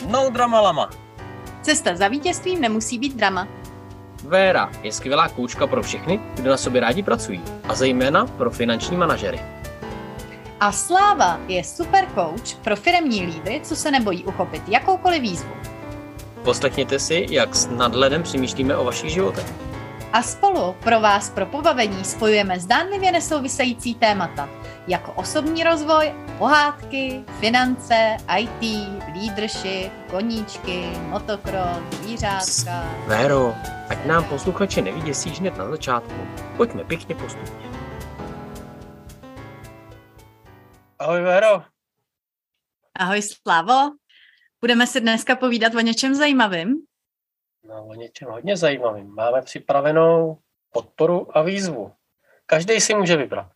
No drama lama. Cesta za vítězstvím nemusí být drama. Véra je skvělá koučka pro všechny, kdo na sobě rádi pracují, a zejména pro finanční manažery. A Sláva je super coach pro firemní lídry, co se nebojí uchopit jakoukoliv výzvu. Poslechněte si, jak s nadhledem přemýšlíme o vašich životech. A spolu pro vás pro pobavení spojujeme zdánlivě nesouvisející témata, jako osobní rozvoj, pohádky, finance, IT, leadership, koníčky, motocross, zvířátka. Véro, ať nám posluchače nevyděsí hned na začátku. Pojďme pěkně postupně. Ahoj Véro. Ahoj Slavo. Budeme si dneska povídat o něčem zajímavým. No, o něčem hodně zajímavým. Máme připravenou podporu a výzvu. Každý si může vybrat.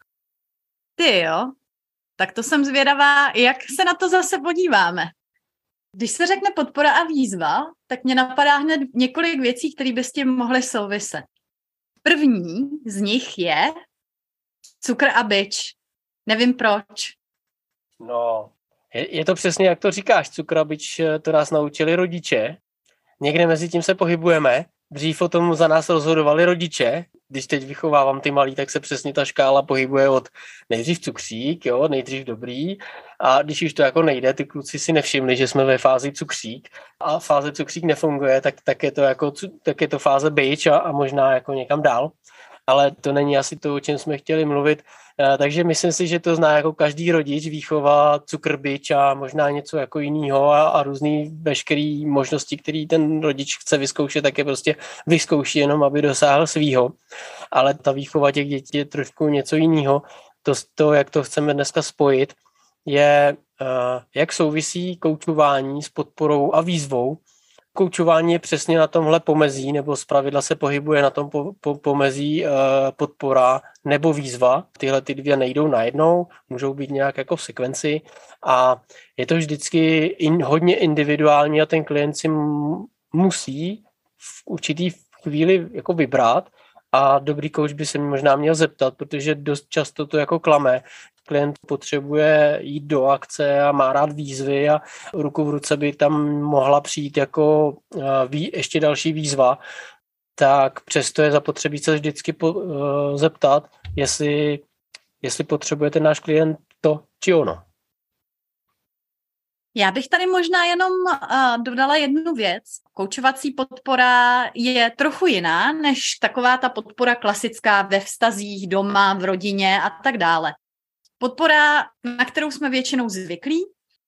Ty jo, tak to jsem zvědavá, jak se na to zase podíváme. Když se řekne podpora a výzva, tak mě napadá hned několik věcí, které by s tím mohly souviset. První z nich je cukr a bič. Nevím proč. No, je to přesně, jak to říkáš. Cukr a bič, to nás naučili rodiče. Někde mezi tím se pohybujeme. Dřív o tom za nás rozhodovali rodiče. Když teď vychovávám ty malí, tak se přesně ta škála pohybuje od nejdřív cukřík, jo, nejdřív dobrý. A když už to jako nejde, ty kluci si nevšimli, že jsme ve fázi cukřík a fáze cukřík nefunguje, tak je to fáze bič a možná jako někam dál. Ale to není asi to, o čem jsme chtěli mluvit. Takže myslím si, že to zná jako každý rodič, výchova, cukr, bič a možná něco jako jiného a různý veškerý možnosti, který ten rodič chce vyzkoušet, tak je prostě vyzkouší jenom, aby dosáhl svýho. Ale ta výchova těch dětí je trošku něco jiného. To, jak to chceme dneska spojit, je, jak souvisí koučování s podporou a výzvou. Koučování je přesně na tomhle pomezí, nebo zpravidla se pohybuje na tom pomezí podpora nebo výzva. Tyhle ty dvě nejdou najednou, můžou být nějak jako v sekvenci a je to vždycky hodně individuální a ten klient si musí v určitý chvíli jako vybrat a dobrý coach by se mi možná měl zeptat, protože dost často to jako klame. Klient potřebuje jít do akce a má rád výzvy a ruku v ruce by tam mohla přijít jako ještě další výzva, tak přesto je zapotřebí se vždycky zeptat, jestli potřebuje ten náš klient to či ono. Já bych tady možná jenom dodala jednu věc. Koučovací podpora je trochu jiná, než taková ta podpora klasická ve vztazích, doma, v rodině a tak dále. Podpora, na kterou jsme většinou zvyklí,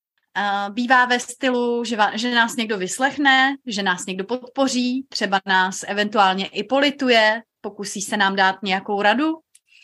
bývá ve stylu, že nás někdo vyslechne, že nás někdo podpoří, třeba nás eventuálně i polituje, pokusí se nám dát nějakou radu.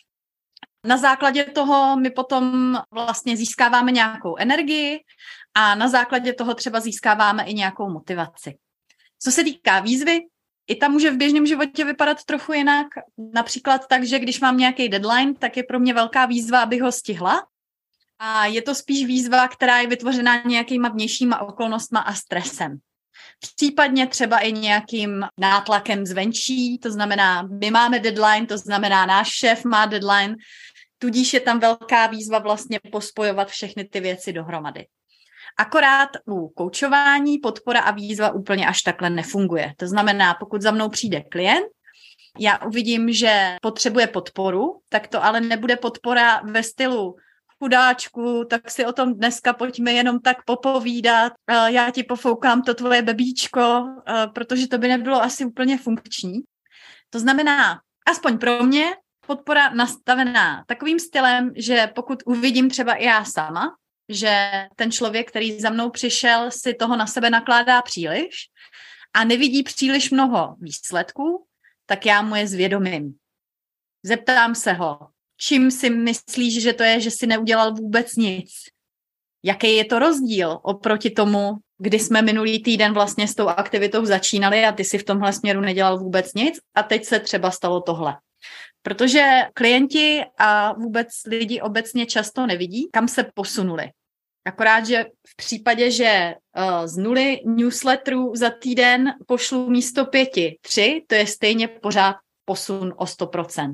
Na základě toho my potom vlastně získáváme nějakou energii a na základě toho třeba získáváme i nějakou motivaci. Co se týká výzvy, i tam může v běžném životě vypadat trochu jinak. Například tak, že když mám nějaký deadline, tak je pro mě velká výzva, abych ho stihla. A je to spíš výzva, která je vytvořena nějakýma vnějšíma okolnostma a stresem. Případně třeba i nějakým nátlakem zvenčí, to znamená, my máme deadline, to znamená, náš šéf má deadline, tudíž je tam velká výzva vlastně pospojovat všechny ty věci dohromady. Akorát u koučování podpora a výzva úplně až takhle nefunguje. To znamená, pokud za mnou přijde klient, já uvidím, že potřebuje podporu, tak to ale nebude podpora ve stylu chudáčku, tak si o tom dneska pojďme jenom tak popovídat, já ti pofoukám to tvoje bebíčko, protože to by nebylo asi úplně funkční. To znamená, aspoň pro mě, podpora nastavená takovým stylem, že pokud uvidím třeba i já sama, že ten člověk, který za mnou přišel, si toho na sebe nakládá příliš a nevidí příliš mnoho výsledků, tak já mu je zvědomím. Zeptám se ho, čím si myslíš, že to je, že si neudělal vůbec nic? Jaký je to rozdíl oproti tomu, kdy jsme minulý týden vlastně s tou aktivitou začínali a ty si v tomhle směru nedělal vůbec nic a teď se třeba stalo tohle. Protože klienti a vůbec lidi obecně často nevidí, kam se posunuli. Akorát, že v případě, že z 0 newsletterů za týden pošlu místo 5 3, to je stejně pořád posun o 100%.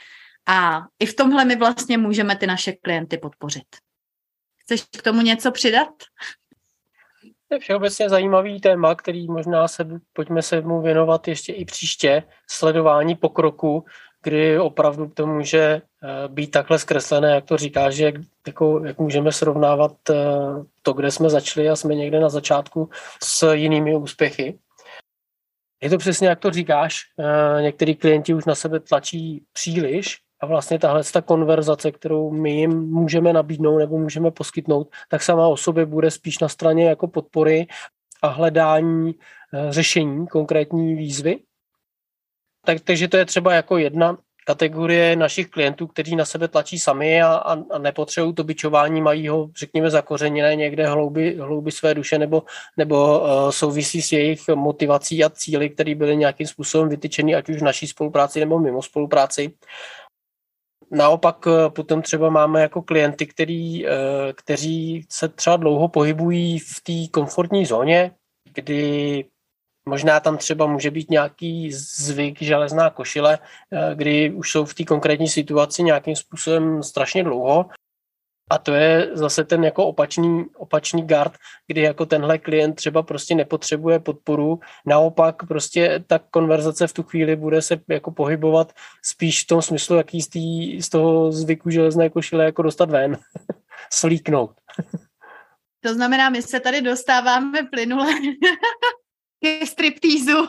A i v tomhle my vlastně můžeme ty naše klienty podpořit. Chceš k tomu něco přidat? To je všeobecně zajímavý téma, který možná pojďme se mu věnovat ještě i příště, sledování pokroku, kdy opravdu to může být takhle zkreslené, jak to říkáš, že jak můžeme srovnávat to, kde jsme začali a jsme někde na začátku s jinými úspěchy. Je to přesně, jak to říkáš, některý klienti už na sebe tlačí příliš a vlastně tahle konverzace, kterou my jim můžeme nabídnout nebo můžeme poskytnout, tak sama o sobě bude spíš na straně jako podpory a hledání řešení konkrétní výzvy. Takže to je třeba jako jedna kategorie našich klientů, kteří na sebe tlačí sami a nepotřebují to bičování, mají ho, řekněme, zakořeněné někde hloubi své duše nebo souvisí s jejich motivací a cíli, které byly nějakým způsobem vytyčeny, ať už v naší spolupráci nebo mimo spolupráci. Naopak potom třeba máme jako klienty, kteří se třeba dlouho pohybují v té komfortní zóně, kdy možná tam třeba může být nějaký zvyk, železná košile, kdy už jsou v té konkrétní situaci nějakým způsobem strašně dlouho. A to je zase ten jako opačný gard, kdy jako tenhle klient třeba prostě nepotřebuje podporu. Naopak prostě ta konverzace v tu chvíli bude se jako pohybovat spíš v tom smyslu, jaký z toho zvyku železné košile jako dostat ven, slíknout. To znamená, my se tady dostáváme plynule ke striptýzu.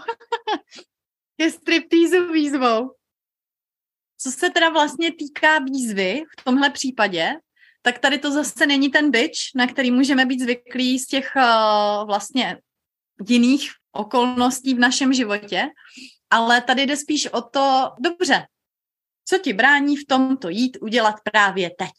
Ke striptýzu výzvou. Co se teda vlastně týká výzvy v tomhle případě, tak tady to zase není ten bič, na který můžeme být zvyklí z těch vlastně jiných okolností v našem životě, ale tady jde spíš o to, dobře, co ti brání v tom to jít udělat právě teď.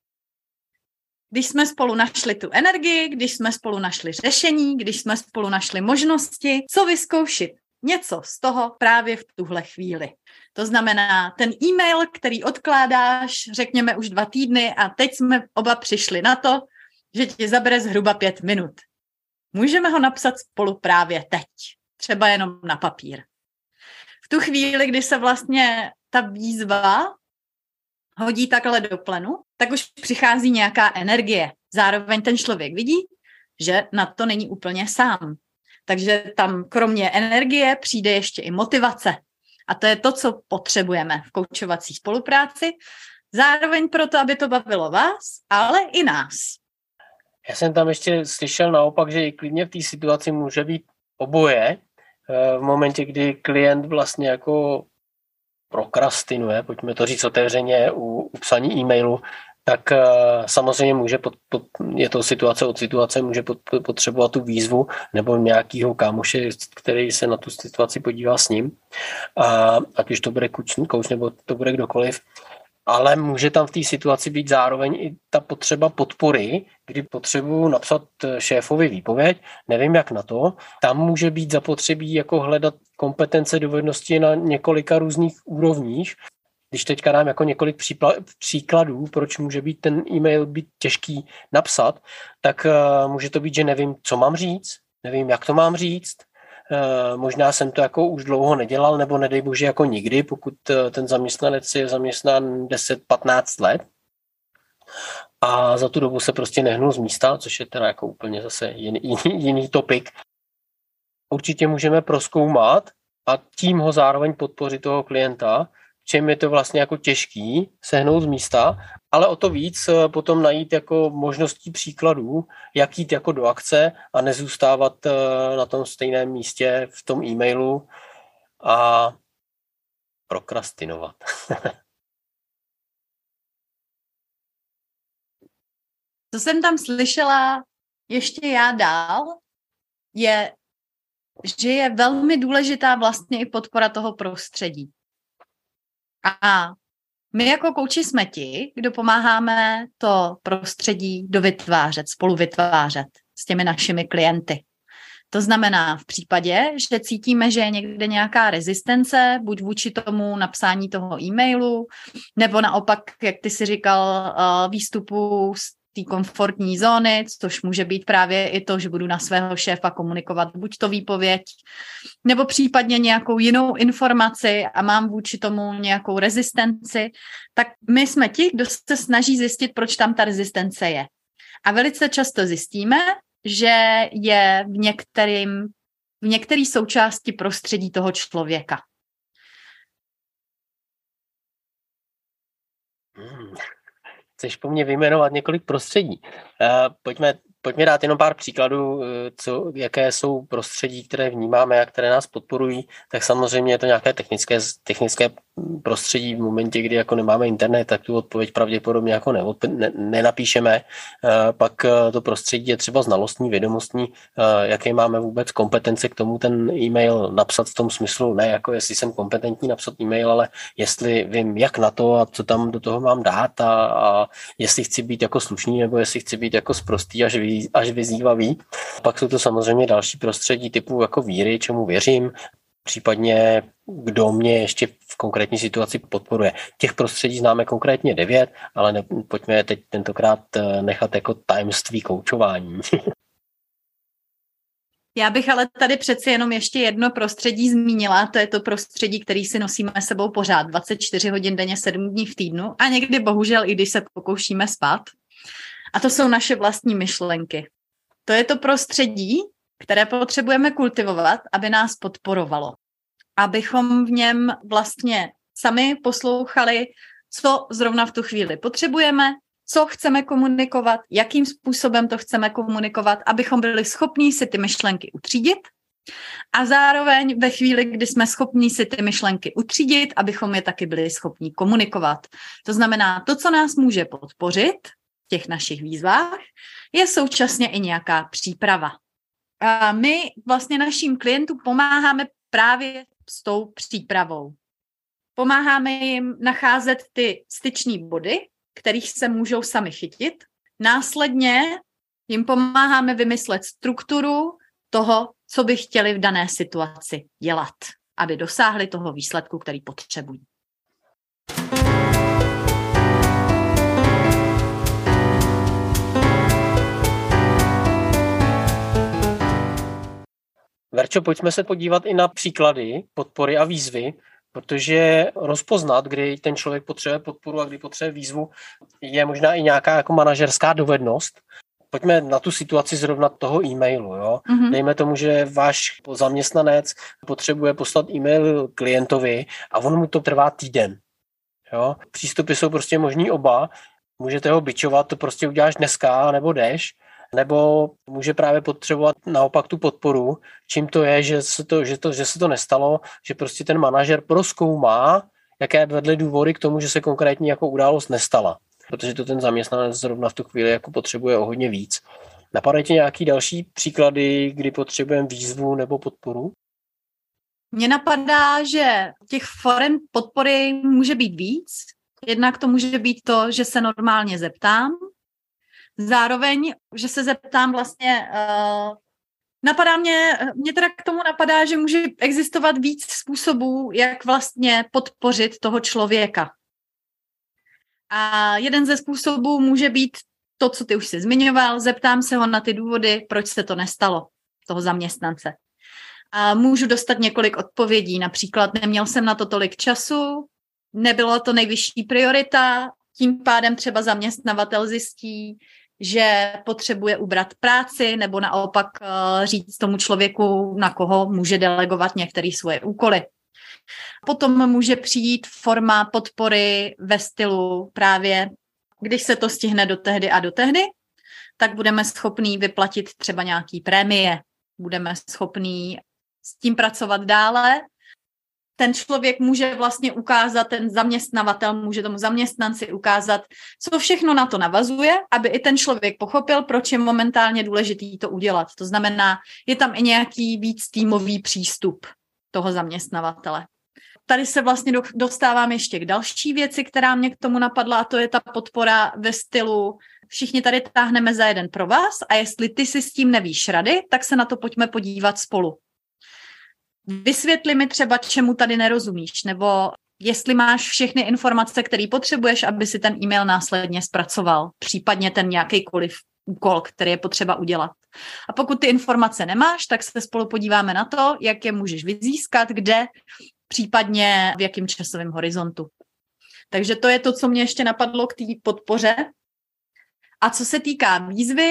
Když jsme spolu našli tu energii, když jsme spolu našli řešení, když jsme spolu našli možnosti, co vyzkoušet. Něco z toho právě v tuhle chvíli. To znamená, ten e-mail, který odkládáš, řekněme už 2 týdny a teď jsme oba přišli na to, že ti zabere zhruba 5 minut. Můžeme ho napsat spolu právě teď, třeba jenom na papír. V tu chvíli, kdy se vlastně ta výzva hodí takhle do plenu, tak už přichází nějaká energie. Zároveň ten člověk vidí, že na to není úplně sám. Takže tam kromě energie přijde ještě i motivace. A to je to, co potřebujeme v koučovací spolupráci. Zároveň proto, aby to bavilo vás, ale i nás. Já jsem tam ještě slyšel naopak, že i klidně v té situaci může být oboje. V momentě, kdy klient vlastně jako prokrastinuje, pojďme to říct otevřeně u psaní e-mailu, tak samozřejmě je to situace od situace, může potřebovat tu výzvu nebo nějakýho kámoše, který se na tu situaci podívá s ním. A ať už to bude kouč nebo to bude kdokoliv. Ale může tam v té situaci být zároveň i ta potřeba podpory, kdy potřebuji napsat šéfovi výpověď, nevím jak na to. Tam může být zapotřebí jako hledat kompetence, dovednosti na několika různých úrovních. Když teďka dám jako několik příkladů, proč může být ten e-mail být těžký napsat, tak může to být, že nevím, co mám říct, nevím, jak to mám říct, možná jsem to jako už dlouho nedělal, nebo nedej bože jako nikdy, pokud ten zaměstnanec je zaměstnán 10-15 let a za tu dobu se prostě nehnul z místa, což je teda jako úplně zase jiný topik. Určitě můžeme prozkoumat a tím ho zároveň podpořit toho klienta, čem je to vlastně jako těžký sehnout z místa, ale o to víc potom najít jako možností příkladů, jak jít jako do akce a nezůstávat na tom stejném místě v tom e-mailu a prokrastinovat. Co jsem tam slyšela ještě já dál, je, že je velmi důležitá vlastně i podpora toho prostředí. A my jako kouči jsme ti, kdo pomáháme to prostředí dovytvářet, spolu vytvářet s těmi našimi klienty. To znamená v případě, že cítíme, že je někde nějaká rezistence, buď vůči tomu napsání toho e-mailu, nebo naopak, jak ty si říkal, výstupu z té komfortní zóny, což může být právě i to, že budu na svého šéfa komunikovat buď to výpověď, nebo případně nějakou jinou informaci a mám vůči tomu nějakou rezistenci, tak my jsme ti, kdo se snaží zjistit, proč tam ta rezistence je. A velice často zjistíme, že je v některé součásti prostředí toho člověka. Chceš po mně vyjmenovat několik prostředí. Pojďme dát jenom pár příkladů, jaké jsou prostředí, které vnímáme a které nás podporují. Tak samozřejmě je to nějaké technické prostředí v momentě, kdy jako nemáme internet, tak tu odpověď pravděpodobně jako nenapíšeme. Pak to prostředí je třeba znalostní, vědomostní, jaké máme vůbec kompetence k tomu ten e-mail napsat v tom smyslu, ne jako jestli jsem kompetentní napsat e-mail, ale jestli vím, jak na to a co tam do toho mám dát a jestli chci být jako slušný nebo jestli chci být jako sprostý až vyzývavý. Pak jsou to samozřejmě další prostředí typu jako víry, čemu věřím, případně kdo mě ještě v konkrétní situaci podporuje. Těch prostředí známe konkrétně 9, ale pojďme je teď tentokrát nechat jako tajemství koučování. Já bych ale tady přeci jenom ještě jedno prostředí zmínila, to je to prostředí, který si nosíme sebou pořád 24 hodin denně, 7 dní v týdnu a někdy bohužel i když se pokoušíme spát. A to jsou naše vlastní myšlenky. To je to prostředí, které potřebujeme kultivovat, aby nás podporovalo. Abychom v něm vlastně sami poslouchali, co zrovna v tu chvíli potřebujeme, co chceme komunikovat, jakým způsobem to chceme komunikovat, abychom byli schopní si ty myšlenky utřídit a zároveň ve chvíli, kdy jsme schopní si ty myšlenky utřídit, abychom je taky byli schopní komunikovat. To znamená, to, co nás může podpořit v těch našich výzvách, je současně i nějaká příprava. A my vlastně našim klientům pomáháme právě s tou přípravou. Pomáháme jim nacházet ty styční body, kterých se můžou sami chytit. Následně jim pomáháme vymyslet strukturu toho, co by chtěli v dané situaci dělat, aby dosáhli toho výsledku, který potřebují. Verčo, pojďme se podívat i na příklady podpory a výzvy, protože rozpoznat, kdy ten člověk potřebuje podporu a kdy potřebuje výzvu, je možná i nějaká jako manažerská dovednost. Pojďme na tu situaci zrovna toho e-mailu. Jo? Mm-hmm. Dejme tomu, že váš zaměstnanec potřebuje poslat e-mail klientovi a on mu to trvá týden. Jo? Přístupy jsou prostě možný oba. Můžete ho bičovat, to prostě uděláš dneska nebo jdeš, nebo může právě potřebovat naopak tu podporu, čím to je, že se to nestalo, že prostě ten manažer prozkoumá, jaké vedly důvody k tomu, že se konkrétní jako událost nestala. Protože to ten zaměstnanec zrovna v tu chvíli jako potřebuje o hodně víc. Napadají ti nějaký další příklady, kdy potřebujeme výzvu nebo podporu? Mně napadá, že těch forem podpory může být víc. Jednak to může být to, že se normálně zeptám. Zároveň, že se zeptám vlastně, mě teda k tomu napadá, že může existovat víc způsobů, jak vlastně podpořit toho člověka. A jeden ze způsobů může být to, co ty už jsi zmiňoval, zeptám se ho na ty důvody, proč se to nestalo, toho zaměstnance. A můžu dostat několik odpovědí, například neměl jsem na to tolik času, nebyla to nejvyšší priorita, tím pádem třeba zaměstnavatel zjistí, že potřebuje ubrat práci nebo naopak říct tomu člověku, na koho může delegovat některé svoje úkoly. Potom může přijít forma podpory ve stylu právě, když se to stihne do tehdy a do tehdy, tak budeme schopní vyplatit třeba nějaký prémie, budeme schopní s tím pracovat dále. Ten člověk může vlastně ukázat, ten zaměstnavatel může tomu zaměstnanci ukázat, co všechno na to navazuje, aby i ten člověk pochopil, proč je momentálně důležitý to udělat. To znamená, je tam i nějaký víc týmový přístup toho zaměstnavatele. Tady se vlastně dostávám ještě k další věci, která mě k tomu napadla, a to je ta podpora ve stylu všichni tady táhneme za jeden pro vás a jestli ty si s tím nevíš rady, tak se na to pojďme podívat spolu. Vysvětli mi třeba, čemu tady nerozumíš, nebo jestli máš všechny informace, které potřebuješ, aby si ten e-mail následně zpracoval, případně ten nějakýkoliv úkol, který je potřeba udělat. A pokud ty informace nemáš, tak se spolu podíváme na to, jak je můžeš vyzískat, kde, případně v jakém časovém horizontu. Takže to je to, co mě ještě napadlo k té podpoře. A co se týká výzvy,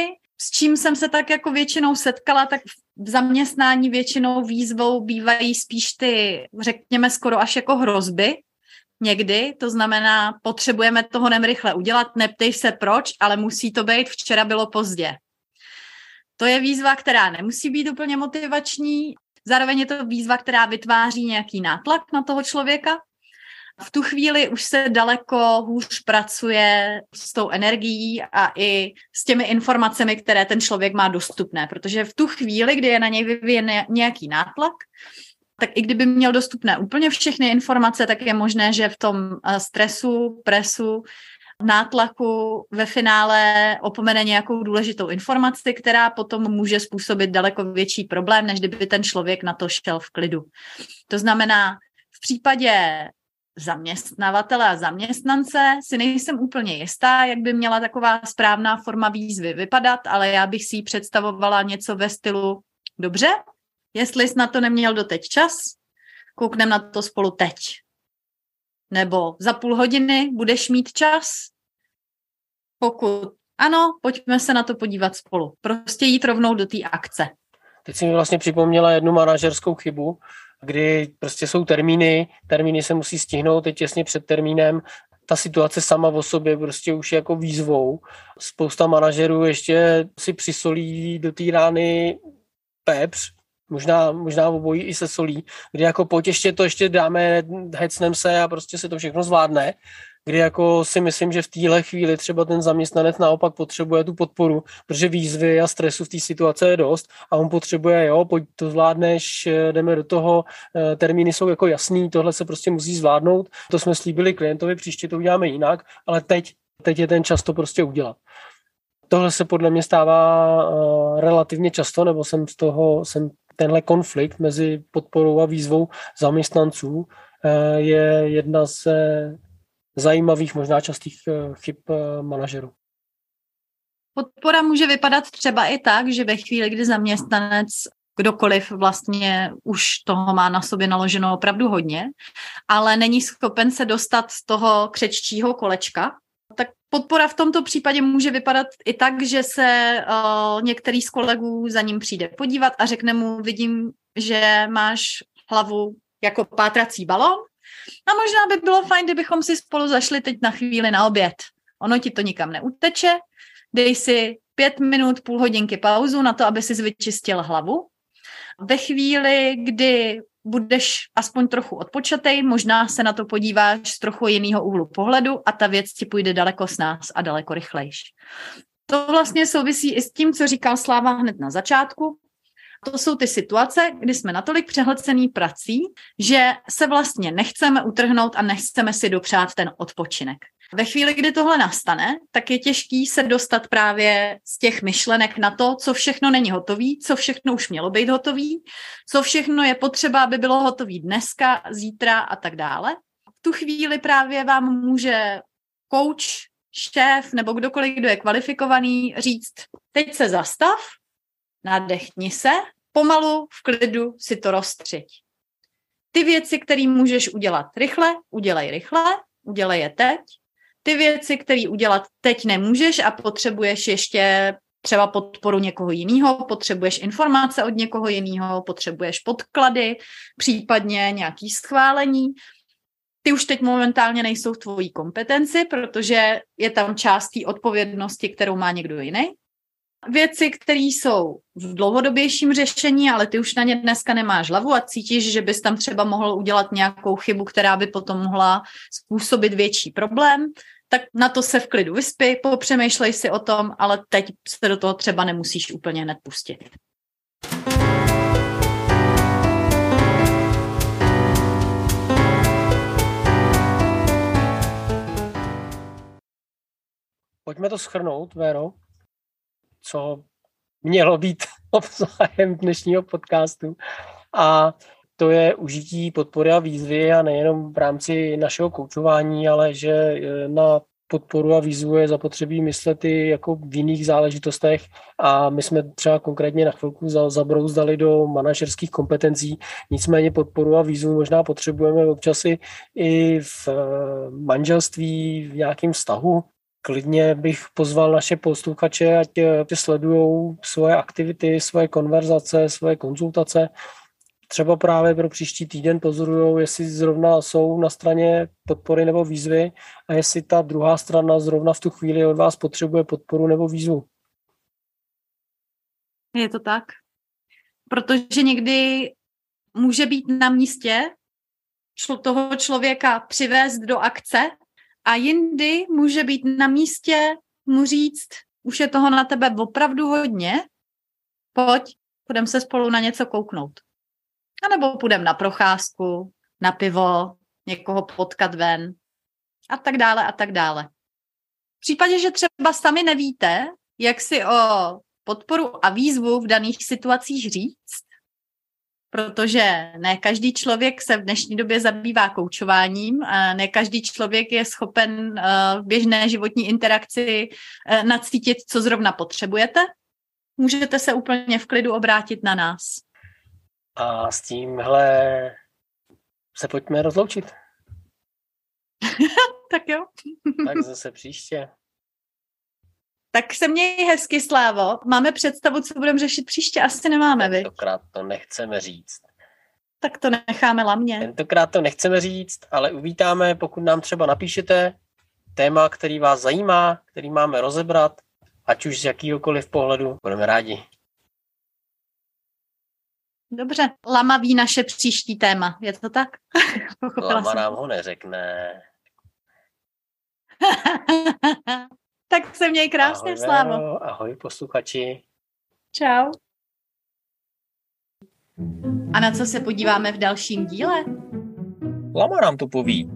s čím jsem se tak jako většinou setkala, tak v zaměstnání většinou výzvou bývají spíš ty, řekněme, skoro až jako hrozby někdy, to znamená, potřebujeme to honem rychle udělat, neptej se proč, ale musí to být, včera bylo pozdě. To je výzva, která nemusí být úplně motivační, zároveň je to výzva, která vytváří nějaký nátlak na toho člověka. V tu chvíli už se daleko hůř pracuje s tou energií a i s těmi informacemi, které ten člověk má dostupné, protože v tu chvíli, kdy je na něj vyvíjen nějaký nátlak, tak i kdyby měl dostupné úplně všechny informace, tak je možné, že v tom stresu, presu, nátlaku ve finále opomene nějakou důležitou informaci, která potom může způsobit daleko větší problém, než kdyby ten člověk na to šel v klidu. To znamená, v případě zaměstnavatele a zaměstnance si nejsem úplně jistá, jak by měla taková správná forma výzvy vypadat, ale já bych si ji představovala něco ve stylu dobře, jestli jsi na to neměl doteď čas, koukneme na to spolu teď. Nebo za půl hodiny budeš mít čas? Pokud ano, pojďme se na to podívat spolu. Prostě jít rovnou do té akce. Teď si mi vlastně připomněla jednu manažerskou chybu, kdy prostě jsou termíny se musí stihnout teď těsně před termínem. Ta situace sama o sobě prostě už je jako výzvou. Spousta manažerů ještě si přisolí do té rány pepř, možná obojí i se solí, kdy jako pojď ještě dáme, hecnem se a prostě se to všechno zvládne, kdy jako si myslím, že v téhle chvíli třeba ten zaměstnanec naopak potřebuje tu podporu, protože výzvy a stresu v té situaci je dost a on potřebuje, pojď to zvládneš, jdeme do toho, termíny jsou jako jasný, tohle se prostě musí zvládnout, to jsme slíbili klientovi, příště to uděláme jinak, ale teď je ten čas to prostě udělat. Tohle se podle mě stává relativně často, nebo jsem tenhle konflikt mezi podporou a výzvou zaměstnanců je jedna z zajímavých, možná častých chyb manažerů. Podpora může vypadat třeba i tak, že ve chvíli, kdy zaměstnanec, kdokoliv vlastně už toho má na sobě naloženo opravdu hodně, ale není schopen se dostat z toho křeččího kolečka, tak podpora v tomto případě může vypadat i tak, že se některý z kolegů za ním přijde podívat a řekne mu, vidím, že máš hlavu jako pátrací balón a možná by bylo fajn, kdybychom si spolu zašli teď na chvíli na oběd. Ono ti to nikam neuteče, dej si 5 minut, půl hodinky pauzu na to, aby si vyčistil hlavu. Ve chvíli, kdy budeš aspoň trochu odpočatej, možná se na to podíváš z trochu jiného úhlu pohledu a ta věc ti půjde daleko s nás a daleko rychlejš. To vlastně souvisí i s tím, co říkal Sláva hned na začátku. To jsou ty situace, kdy jsme natolik přehlcený prací, že se vlastně nechceme utrhnout a nechceme si dopřát ten odpočinek. Ve chvíli, kdy tohle nastane, tak je těžký se dostat právě z těch myšlenek na to, co všechno není hotový, co všechno už mělo být hotový, co všechno je potřeba, aby bylo hotový dneska, zítra a tak dále. V tu chvíli právě vám může coach, šéf nebo kdokoliv, kdo je kvalifikovaný, říct, teď se zastav, nadechni se, pomalu v klidu si to rozstřiď. Ty věci, které můžeš udělat rychle, udělej je teď. Ty věci, které udělat teď nemůžeš a potřebuješ ještě třeba podporu někoho jiného, potřebuješ informace od někoho jiného, potřebuješ podklady, případně nějaké schválení. Ty už teď momentálně nejsou v tvojí kompetenci, protože je tam část té odpovědnosti, kterou má někdo jiný. Věci, které jsou v dlouhodobějším řešení, ale ty už na ně dneska nemáš hlavu a cítíš, že bys tam třeba mohl udělat nějakou chybu, která by potom mohla způsobit větší problém, tak na to se v klidu vyspí, popřemýšlej si o tom, ale teď se do toho třeba nemusíš úplně hned pustit. Pojďme to shrnout, Véro, co mělo být obsahem dnešního podcastu. A to je užití podpory a výzvy a nejenom v rámci našeho koučování, ale že na podporu a výzvu je zapotřebí myslet i jako v jiných záležitostech a my jsme třeba konkrétně na chvilku zabrouzdali do manažerských kompetencí, nicméně podporu a výzvu možná potřebujeme občas i v manželství, v nějakém vztahu. klidně bych pozval naše posluchače, ať sledují svoje aktivity, svoje konverzace, svoje konzultace. Třeba právě pro příští týden pozorujou, jestli zrovna jsou na straně podpory nebo výzvy a jestli ta druhá strana zrovna v tu chvíli od vás potřebuje podporu nebo výzvu. Je to tak. Protože někdy může být na místě toho člověka přivést do akce a jindy může být na místě mu říct, už je toho na tebe opravdu hodně, půjdeme se spolu na něco kouknout. A nebo půjdeme na procházku, na pivo, někoho potkat ven a tak dále a tak dále. V případě, že třeba sami nevíte, jak si o podporu a výzvu v daných situacích říct, protože ne každý člověk se v dnešní době zabývá koučováním a ne každý člověk je schopen v běžné životní interakci nacítit, co zrovna potřebujete, můžete se úplně v klidu obrátit na nás. A s tímhle se pojďme rozloučit. Tak jo. Tak zase příště. Tak se měj hezky, Slávo. Máme představu, co budeme řešit příště? Asi nemáme, viď? Tentokrát to nechceme říct. Tak to necháme lamě. Tentokrát to nechceme říct, ale uvítáme, pokud nám třeba napíšete téma, který vás zajímá, který máme rozebrat, ať už z jakýhokoliv pohledu, budeme rádi. Dobře, Lama ví naše příští téma, je to tak? Lama nám ho neřekne. Tak se měj krásně, Ahoj, Slávo. Véro, ahoj posluchači. Čau. A na co se podíváme v dalším díle? Lama nám to poví.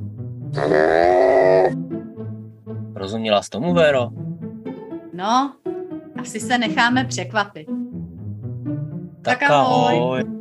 Rozuměla jsi tomu, Véro? No, asi se necháme překvapit. Tak ahoj.